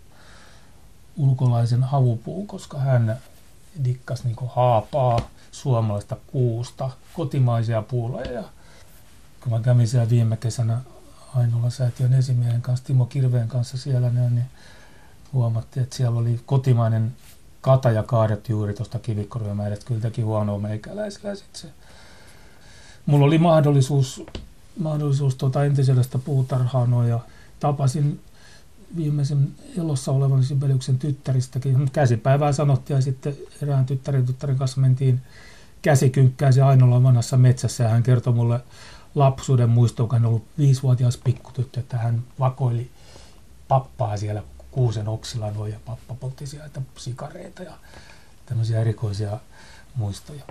ulkolaisen havupuun, koska hän dikkasi niin haapaa suomalaista kuusta, kotimaisia puulajeja. Kun mä kävin siellä viime kesänä Ainola-säätiön esimiehen kanssa, Timo Kirveen kanssa siellä, niin huomattiin, että siellä oli kotimainen kataja kaadettu juuri tuosta Kivikorvamäelle, että kyllä teki huonoa meikäläisellä. Mulla oli mahdollisuus entisestä puutarhaa ja tapasin viimeisen elossa olevan Sibeliuksen tyttäristäkin. Käsipäivää sanottiin ja sitten erään tyttären kanssa mentiin käsikynkkääsi Ainolan vanhassa metsässä ja hän kertoi mulle lapsuuden muistoa, kun hän on ollut 5-vuotias pikkutyttö, että hän vakoili pappaa siellä kuusen oksilla ja pappa poltti sieltä sikareita ja tämmöisiä erikoisia muistoja.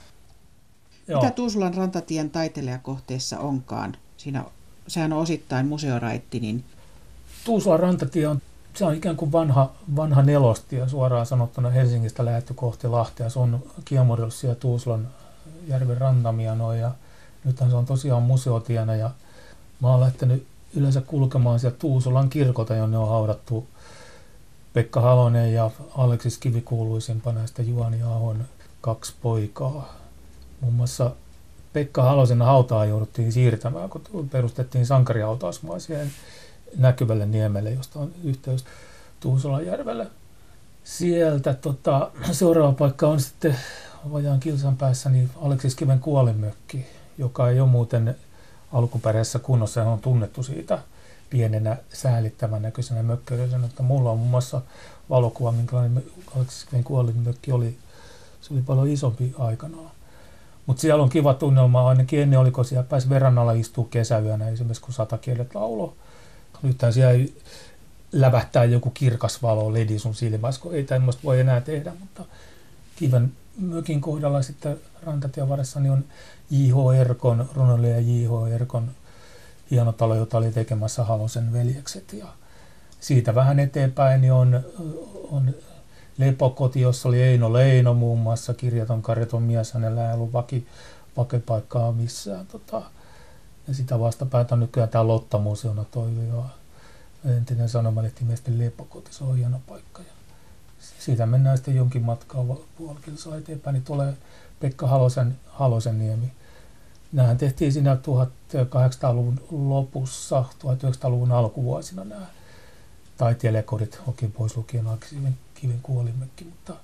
Mitä Tuusulan rantatien taiteilijakohteessa onkaan? Sehän on osittain museoraitti. Niin Tuusulan rantatie se on ikään kuin vanha nelostie suoraan sanottuna Helsingistä lähdetty kohti Lahtea. Se on kiemurilla siellä Tuusulan järven rantamia ja nythän se on tosiaan museotienä ja mä oon lähtenyt yleensä kulkemaan sieltä Tuusulan kirkolta, jonne on haudattu Pekka Halonen ja Aleksis Kivi kuuluisimpana ja sitten Juhani Ahon 2 poikaa. Muun muassa Pekka Halosen hautaa jouduttiin siirtämään, kun perustettiin sankarihautausmaa siihen näkyvälle niemelle, josta on yhteys Tuusulanjärvelle. Sieltä seuraava paikka on sitten vajaan kilsan päässä niin Aleksis Kiven kuolinmökki, joka ei ole muuten alkuperäisessä kunnossa. Hän on tunnettu siitä pienenä säälittävän näköisenä mökkeisenä, että mulla on muun muassa valokuva, minkälainen Aleksis Kiven kuolinmökki oli. Se oli paljon isompi aikanaan. Mutta siellä on kiva tunnelma, ainakin ennen oliko siellä pääsi verrannalla istua kesäyönä, esimerkiksi kun satakielet laulo. Nythän siellä lävähtää joku kirkas valo, ledi sun silmässä, kun ei tämmöistä voi enää tehdä, mutta Kiven mökin kohdalla sitten rantatien varressa niin on J.H. Erkon, runoilija J.H. Erkon hieno talo, jota oli tekemässä Halosen veljekset. Ja siitä vähän eteenpäin niin on lepokoti, jossa oli Eino Leino muun muassa, kirjaton karjaton mies, hänellä ei ollut vakipaikkaa missään. Ja sitä vastapäätä on nykyään tämä Lotta-museona toimiva entinen sanomalehtimiesten lepokoti, se on hieno paikka. Ja siitä mennään sitten jonkin matkaa puolikilsaa eteenpäin, niin tulee Pekka Halosen niemi. Nämähän tehtiin siinä 1800-luvun lopussa, 1900-luvun alkuvuosina nämä taiteilijakodit, oikein pois lukien Kiven kuolinmökki, mutta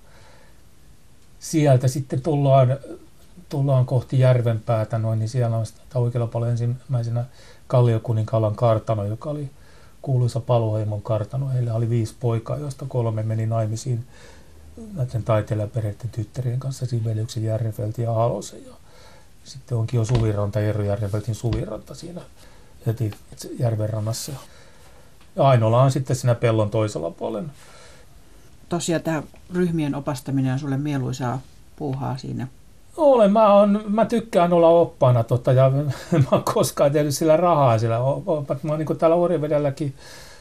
sieltä sitten tullaan kohti Järvenpäätä, niin siellä on oikealla paljon ensimmäisenä Kalliokuninkalan kartano, joka oli kuuluisa Paloheimon kartano. Heillä oli 5 poikaa, joista 3 meni naimisiin näiden taiteilijaperheiden tyttärien kanssa, Sibeliuksen, Järrefeltin ja Halosen. Ja sitten onkin jo Suviranta, Eero Järrefeltin Suviranta siinä heti järvenrannassa. Ja Ainola on sitten siinä pellon toisella puolella. Tosiaan tämä ryhmien opastaminen on sulle mieluisaa puuhaa siinä. Mä tykkään olla oppaana ja mä oon koskaan tehnyt sillä rahaa sillä. Mä oon niin täällä Orivedelläkin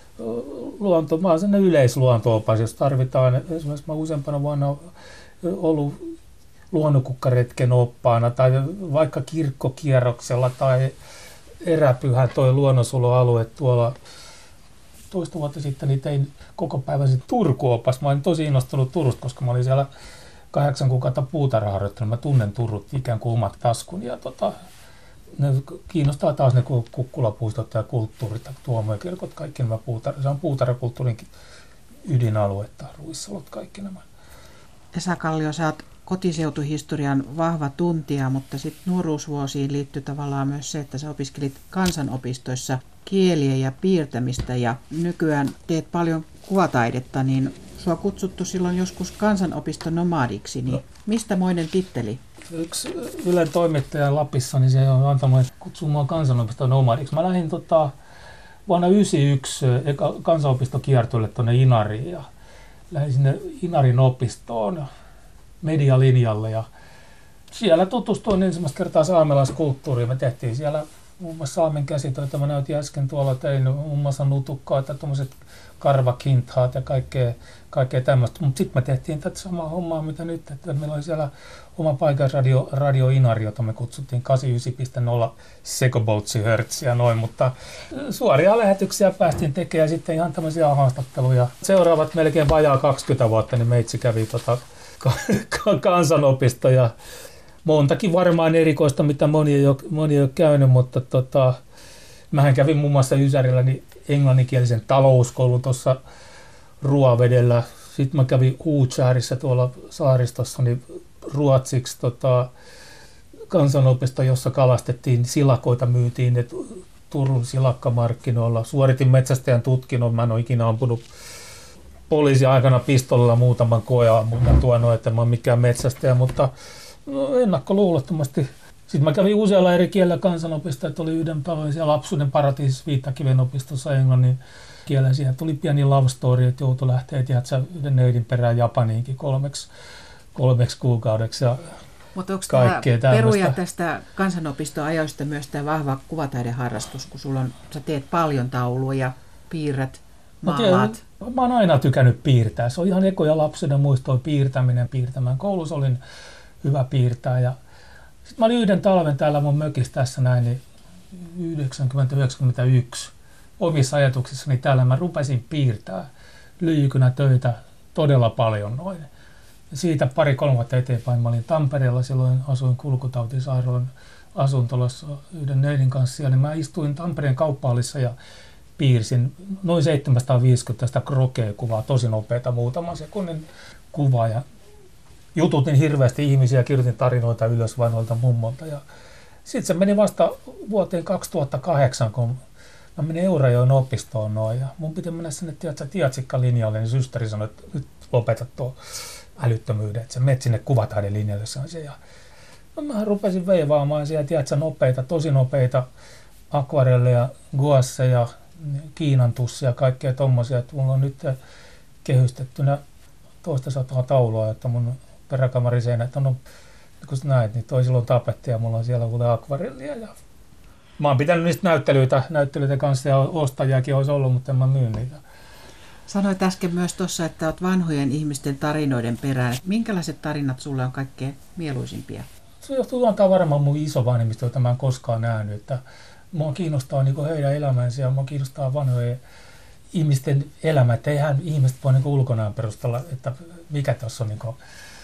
mä oon sellainen yleisluonto-opas, jos tarvitaan. Esimerkiksi mä useampana vuonna ollut luonnonkukkaretken oppaana tai vaikka kirkkokierroksella tai eräpyhä toi luonnonsuojelualue tuolla. Toista vuotta sitten niin tein koko päivän Turku-opas. Mä olin tosi innostunut Turusta, koska mä olin siellä 8 kuukautta puutarhaharjoittanut. Mä tunnen Turut ikään kuin omat taskun. Ja ne kiinnostaa taas ne kukkulapuistot ja kulttuurit ja tuomiokirkot, kaikki nämä se on puutarhakulttuurin ydinaluetta, Ruissalot, kaikki nämä. Esa Kallio, sä oot kotiseutuhistorian vahva tuntija, mutta sitten nuoruusvuosiin liittyy tavallaan myös se, että sä opiskelit kansanopistoissa kieliä ja piirtämistä ja nykyään teet paljon kuvataidetta, niin sua kutsuttu silloin joskus kansanopistonomadiksi, niin mistä moinen titteli? Yksi Ylen toimittaja Lapissa, niin se on antanut kutsua mua kansanopistonomadiksi. Mä lähdin vuonna 1991 kansanopistokiertueelle tuonne Inariin ja lähdin sinne Inarin opistoon medialinjalle ja siellä tutustuin ensimmäistä kertaa saamelaiskulttuuriin. Me tehtiin siellä muun muassa saamen käsitöitä. Mä näytin äsken tuolla, tein muun muassa nutukkaa, että tuommoiset karvakinthaat ja kaikkea tämmöistä. Mutta sitten me tehtiin tätä samaa hommaa, mitä nyt. Että meillä oli siellä oma paikallisradio Radio Inari, jota me kutsuttiin 89.0 sekoboltsihertsiä noin. Mutta suoria lähetyksiä päästiin tekemään ja sitten ihan tämmöisiä haastatteluja. Seuraavat melkein vajaa 20 vuotta, niin meitsi kävi kansanopisto ja montakin varmaan erikoista, mitä moni ei ole käynyt, mutta mähän kävin muun muassa Ysärillä niin englanninkielisen talouskoulun tuossa Ruovedellä. Sitten mä kävin Huutsärissä tuolla saaristossa niin ruotsiksi kansanopisto, jossa kalastettiin silakoita, myytiin Turun silakkamarkkinoilla. Suoritin metsästäjän tutkinnon, mä en ole ikinä ampunut poliisi aikana pistollilla muutaman koeammunnan tuonut, että mä oon mikään metsästäjä, mutta ennakkoluulottomasti. Sitten mä kävin usealla eri kielellä kansanopistoja, että oli yhden päivän siellä Lapsuuden paratiisissa Viittakiven opistossa englannin kielellä. Siihen tuli pieni love story, että joutui lähteä yhden neidin perään Japaniinkin kolmeksi kuukaudeksi ja mutta onko tämä peruja tästä kansanopistoajoista myös tämä vahva kuvataideharrastus, kun sä teet paljon tauluja, piirrät, maalaat? Mä oon aina tykännyt piirtää. Se on ihan ekoja lapsuuden muistoa piirtämään. Koulussa olin hyvä piirtää. Ja sitten mä olin yhden talven täällä mun mökissä tässä näin, niin 90-91 omissa ajatuksissani täällä mä rupesin piirtää lyijykynä töitä todella paljon noin. Ja siitä 2-3 vuotta eteenpäin mä olin Tampereella, silloin asuin kulkutautisairaalan asuntolassa yhden neidin kanssa. Ja niin mä istuin Tampereen kauppahallissa ja piirsin noin 750 tästä krokee-kuvaa, tosi nopeata, muutaman sekunnin kuvaa. Ja jututin hirveästi ihmisiä, kirjoitin tarinoita ylös vanhoilta mummolta. Ja sitten se meni vasta vuoteen 2008, kun mä menin Eurajoen opistoon noin. Ja mun piti mennä sinne Tiatsikka-linjalle, niin systeri sanoi, että nyt lopeta tuo älyttömyyden, että sä menet sinne kuvataidelinjalle. Ja mä rupesin veivaamaan siellä, tosi nopeita akvarelleja, guasseja, Kiinan tussia ja kaikkea tommosia, että mulla on nyt kehystettynä 200 taulua, että mun peräkamariseinät on, kun näet, niin toisilla on tapetti ja mulla on siellä kuule akvarellia. Ja mä oon pitänyt niistä näyttelyitä kanssa ja ostajiakin olisi ollut, mutta en mä myy niitä. Sanoit äsken myös tuossa, että olet vanhojen ihmisten tarinoiden perään. Minkälaiset tarinat sulle on kaikkein mieluisimpia? Se johtuu varmaan mun isovanhemmista, joita mä en koskaan nähnyt. Että mua kiinnostaa niin heidän elämänsä ja mua kiinnostaa vanhojen ihmisten elämä. Että eihän ihmiset voi niin ulkonaan perustella, että mikä tässä on. Niin kuin.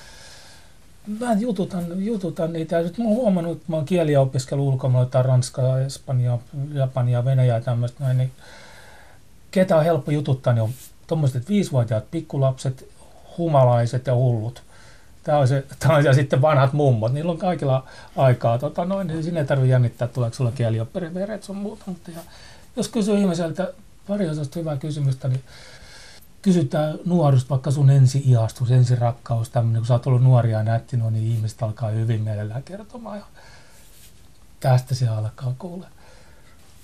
Mä jututan niitä. Ja mä oon huomannut, että mä oon kieliä opiskellut ulkomailla, Ranskaa, Espanjaa, Japania, Venäjää ja tämmöistä näin. Niin ketä on helppo jututtaa, niin on tommoiset 5-vuotiaat pikkulapset, humalaiset ja hullut. Tämä on ja sitten vanhat mummot, niillä on kaikilla aikaa, niin sinne ei tarvitse jännittää, tuleeko sulla kielioppirevereet sun muuta. Mutta jos kysyy ihmiseltä pari osasta hyvää kysymystä, niin kysytään nuorusta, vaikka sun ensi-ihastus, ensirakkaus, tämmöinen, kun sä oot ollut nuoria ja nätti, niin ihmiset alkaa hyvin mielellään kertomaan ja tästä se alkaa kuulee.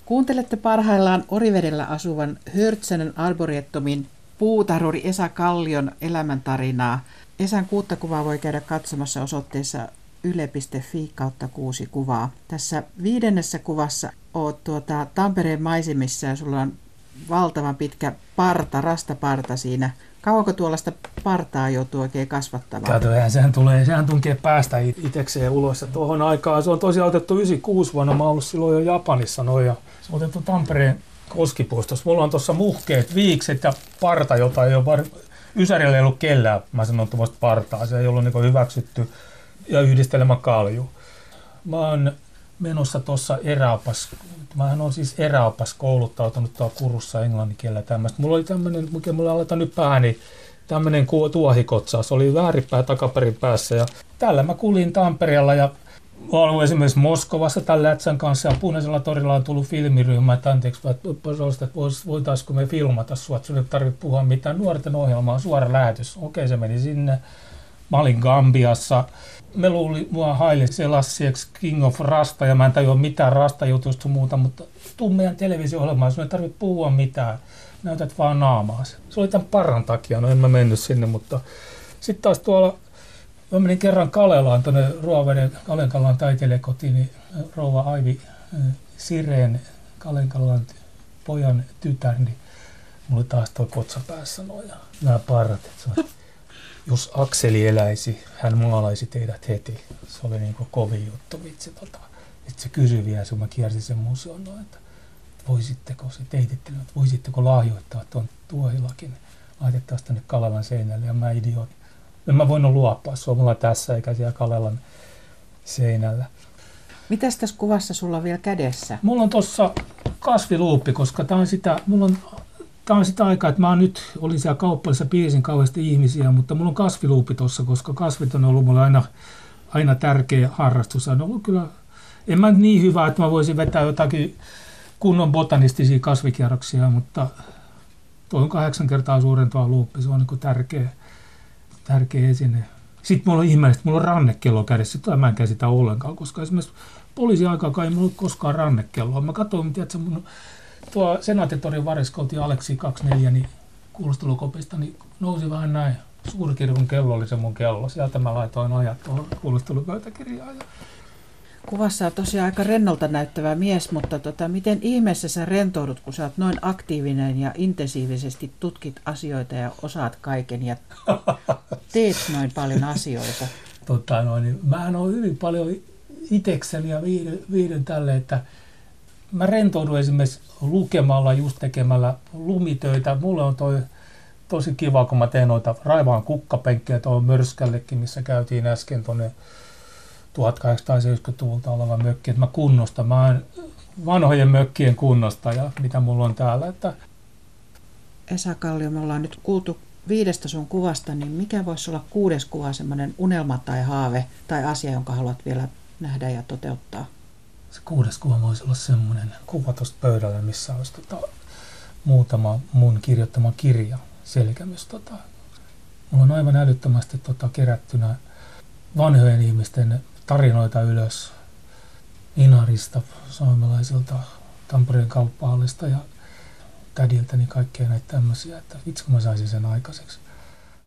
Kuuntelette parhaillaan Orivedellä asuvan Hörtsänen Arboretumin puutarhuri Esa Kallion elämäntarinaa. Esan 6 kuvaa voi käydä katsomassa osoitteessa yle.fi/6 kuvaa. Tässä 5. kuvassa oot Tampereen maisemissa ja sulla on valtavan pitkä parta, rastaparta siinä. Kauanko tuollaista partaa joutuu oikein kasvattamaan? Kato, sehän tunkee päästä itsekseen ulos. Tuohon aikaan se on tosiaan otettu 96 vuonna. Mä oon ollut silloin jo Japanissa noin ja se on otettu Tampereen Koskipuistossa. Mulla on tuossa muhkeet, viikset ja parta, jota ei ole Ysärillä ei ollut kellään. Mä sanon tuommoista partaa. Se ei ollut niin hyväksytty ja yhdistelemä kalju. Mä oon menossa tuossa Mähän on siis eräopas kouluttautunut tuolla Kurussa englannin kielellä tämmöistä. Mulla oli tämmöinen, mikä mulla aletaan nyt pääni, tämmöinen tuohikotsaus. Oli väärinpää takaperin päässä ja tällä mä kuljin Tampereella ja mä oon ollut esimerkiksi Moskovassa tämän lätsän kanssa ja Punaisella torilla on tullut filmiryhmä, että anteeksi, että voitaisiko me filmata sua, että sun ei tarvitse puhua mitään nuorten ohjelmaa, suora lähetys. Okei, se meni sinne. Mä olin Gambiassa. Me luuli mua Haile Selassieksi King of Rasta ja mä en tajua mitään rastajutusta muuta, mutta tuu meidän televisio-ohjelmaan, sun ei tarvitse puhua mitään. Näytät vaan naamaasi. Se oli tämän paran takia, no en mä mennyt sinne, mutta sitten taas tuolla, mä menin kerran Kalelaan, tuonne Ruoveden Kalenkalan taiteilijakotiin, niin rouva Aivi Sireen, Kalenkalan pojan tytär, niin mulla oli taas toi kotsa päässä noin ja nämä parrat, jos Akseli eläisi, hän maalaisi teidät heti. Se oli niin kuin kovin juttu vitsi. Sitten se kysyi vielä, kun mä kiersin sen museon, että voisitteko lahjoittaa tuon tuohilakin. Laitettaisiin tänne Kalelan seinälle ja mä idiootin. En mä voinut luopua, se on mulla tässä eikä siellä Kalelan seinällä. Mitäs tässä kuvassa sulla on vielä kädessä? Mulla on tuossa kasviluuppi, koska tää on sitä aikaa, että mä olin siellä kauppalissa, piirsin kauheasti ihmisiä, mutta mulla on kasviluuppi tuossa, koska kasvit on ollut mulle aina tärkeä harrastus. On ollut kyllä, en mä niin hyvä, että mä voisin vetää jotakin kunnon botanistisia kasvikierroksia, mutta tuo on 8 kertaa suurentua luuppi, se on niin tärkeä esine. Sitten mulla on ihmeellistä, mulla on rannekello kädessä, tai mä en käsitä ollenkaan, koska esimerkiksi poliisiaikaan ei mulla ollut koskaan rannekelloa. Mä katsoin, tiedätkö, mun tuo Senaatitorin variskolti Aleksi 24 niin kuulustelukopista, niin nousi vähän näin. Suurkirkon kello oli se mun kello. Sieltä mä laitoin ajat tuohon kuulustelupöytäkirjaan. Kuvassa on tosiaan aika rennolta näyttävä mies, mutta miten ihmeessä sä rentoudut, kun sä oot noin aktiivinen ja intensiivisesti tutkit asioita ja osaat kaiken ja teet noin paljon asioita? Mähän on hyvin paljon itekseni ja viihdyn tälle, että mä rentoudun esimerkiksi lukemalla, just tekemällä lumitöitä. Mulle on tosi kiva, kun mä teen noita raivaan kukkapenkkejä tuohon Mörskällekin, missä käytiin äsken tuonne 1870-luvulta oleva mökki, että mä kunnostan. Mä oon vanhojen mökkien kunnostaja, mitä mulla on täällä. Että Esa Kallio, me ollaan nyt kuultu 5 sun kuvasta, niin mikä voisi olla 6. kuva, semmoinen unelma tai haave tai asia, jonka haluat vielä nähdä ja toteuttaa? Se 6. kuva voisi olla semmoinen kuva tuosta pöydällä, missä olisi muutama mun kirjoittama kirja, selkämys. Mulla on aivan älyttömästi kerättynä vanhojen ihmisten tarinoita ylös Inarista, saamelaisilta, Tampereen kauppahallista ja tädiltäni kaikkea näitä tämmöisiä, että vitsi kun mä saisin sen aikaiseksi.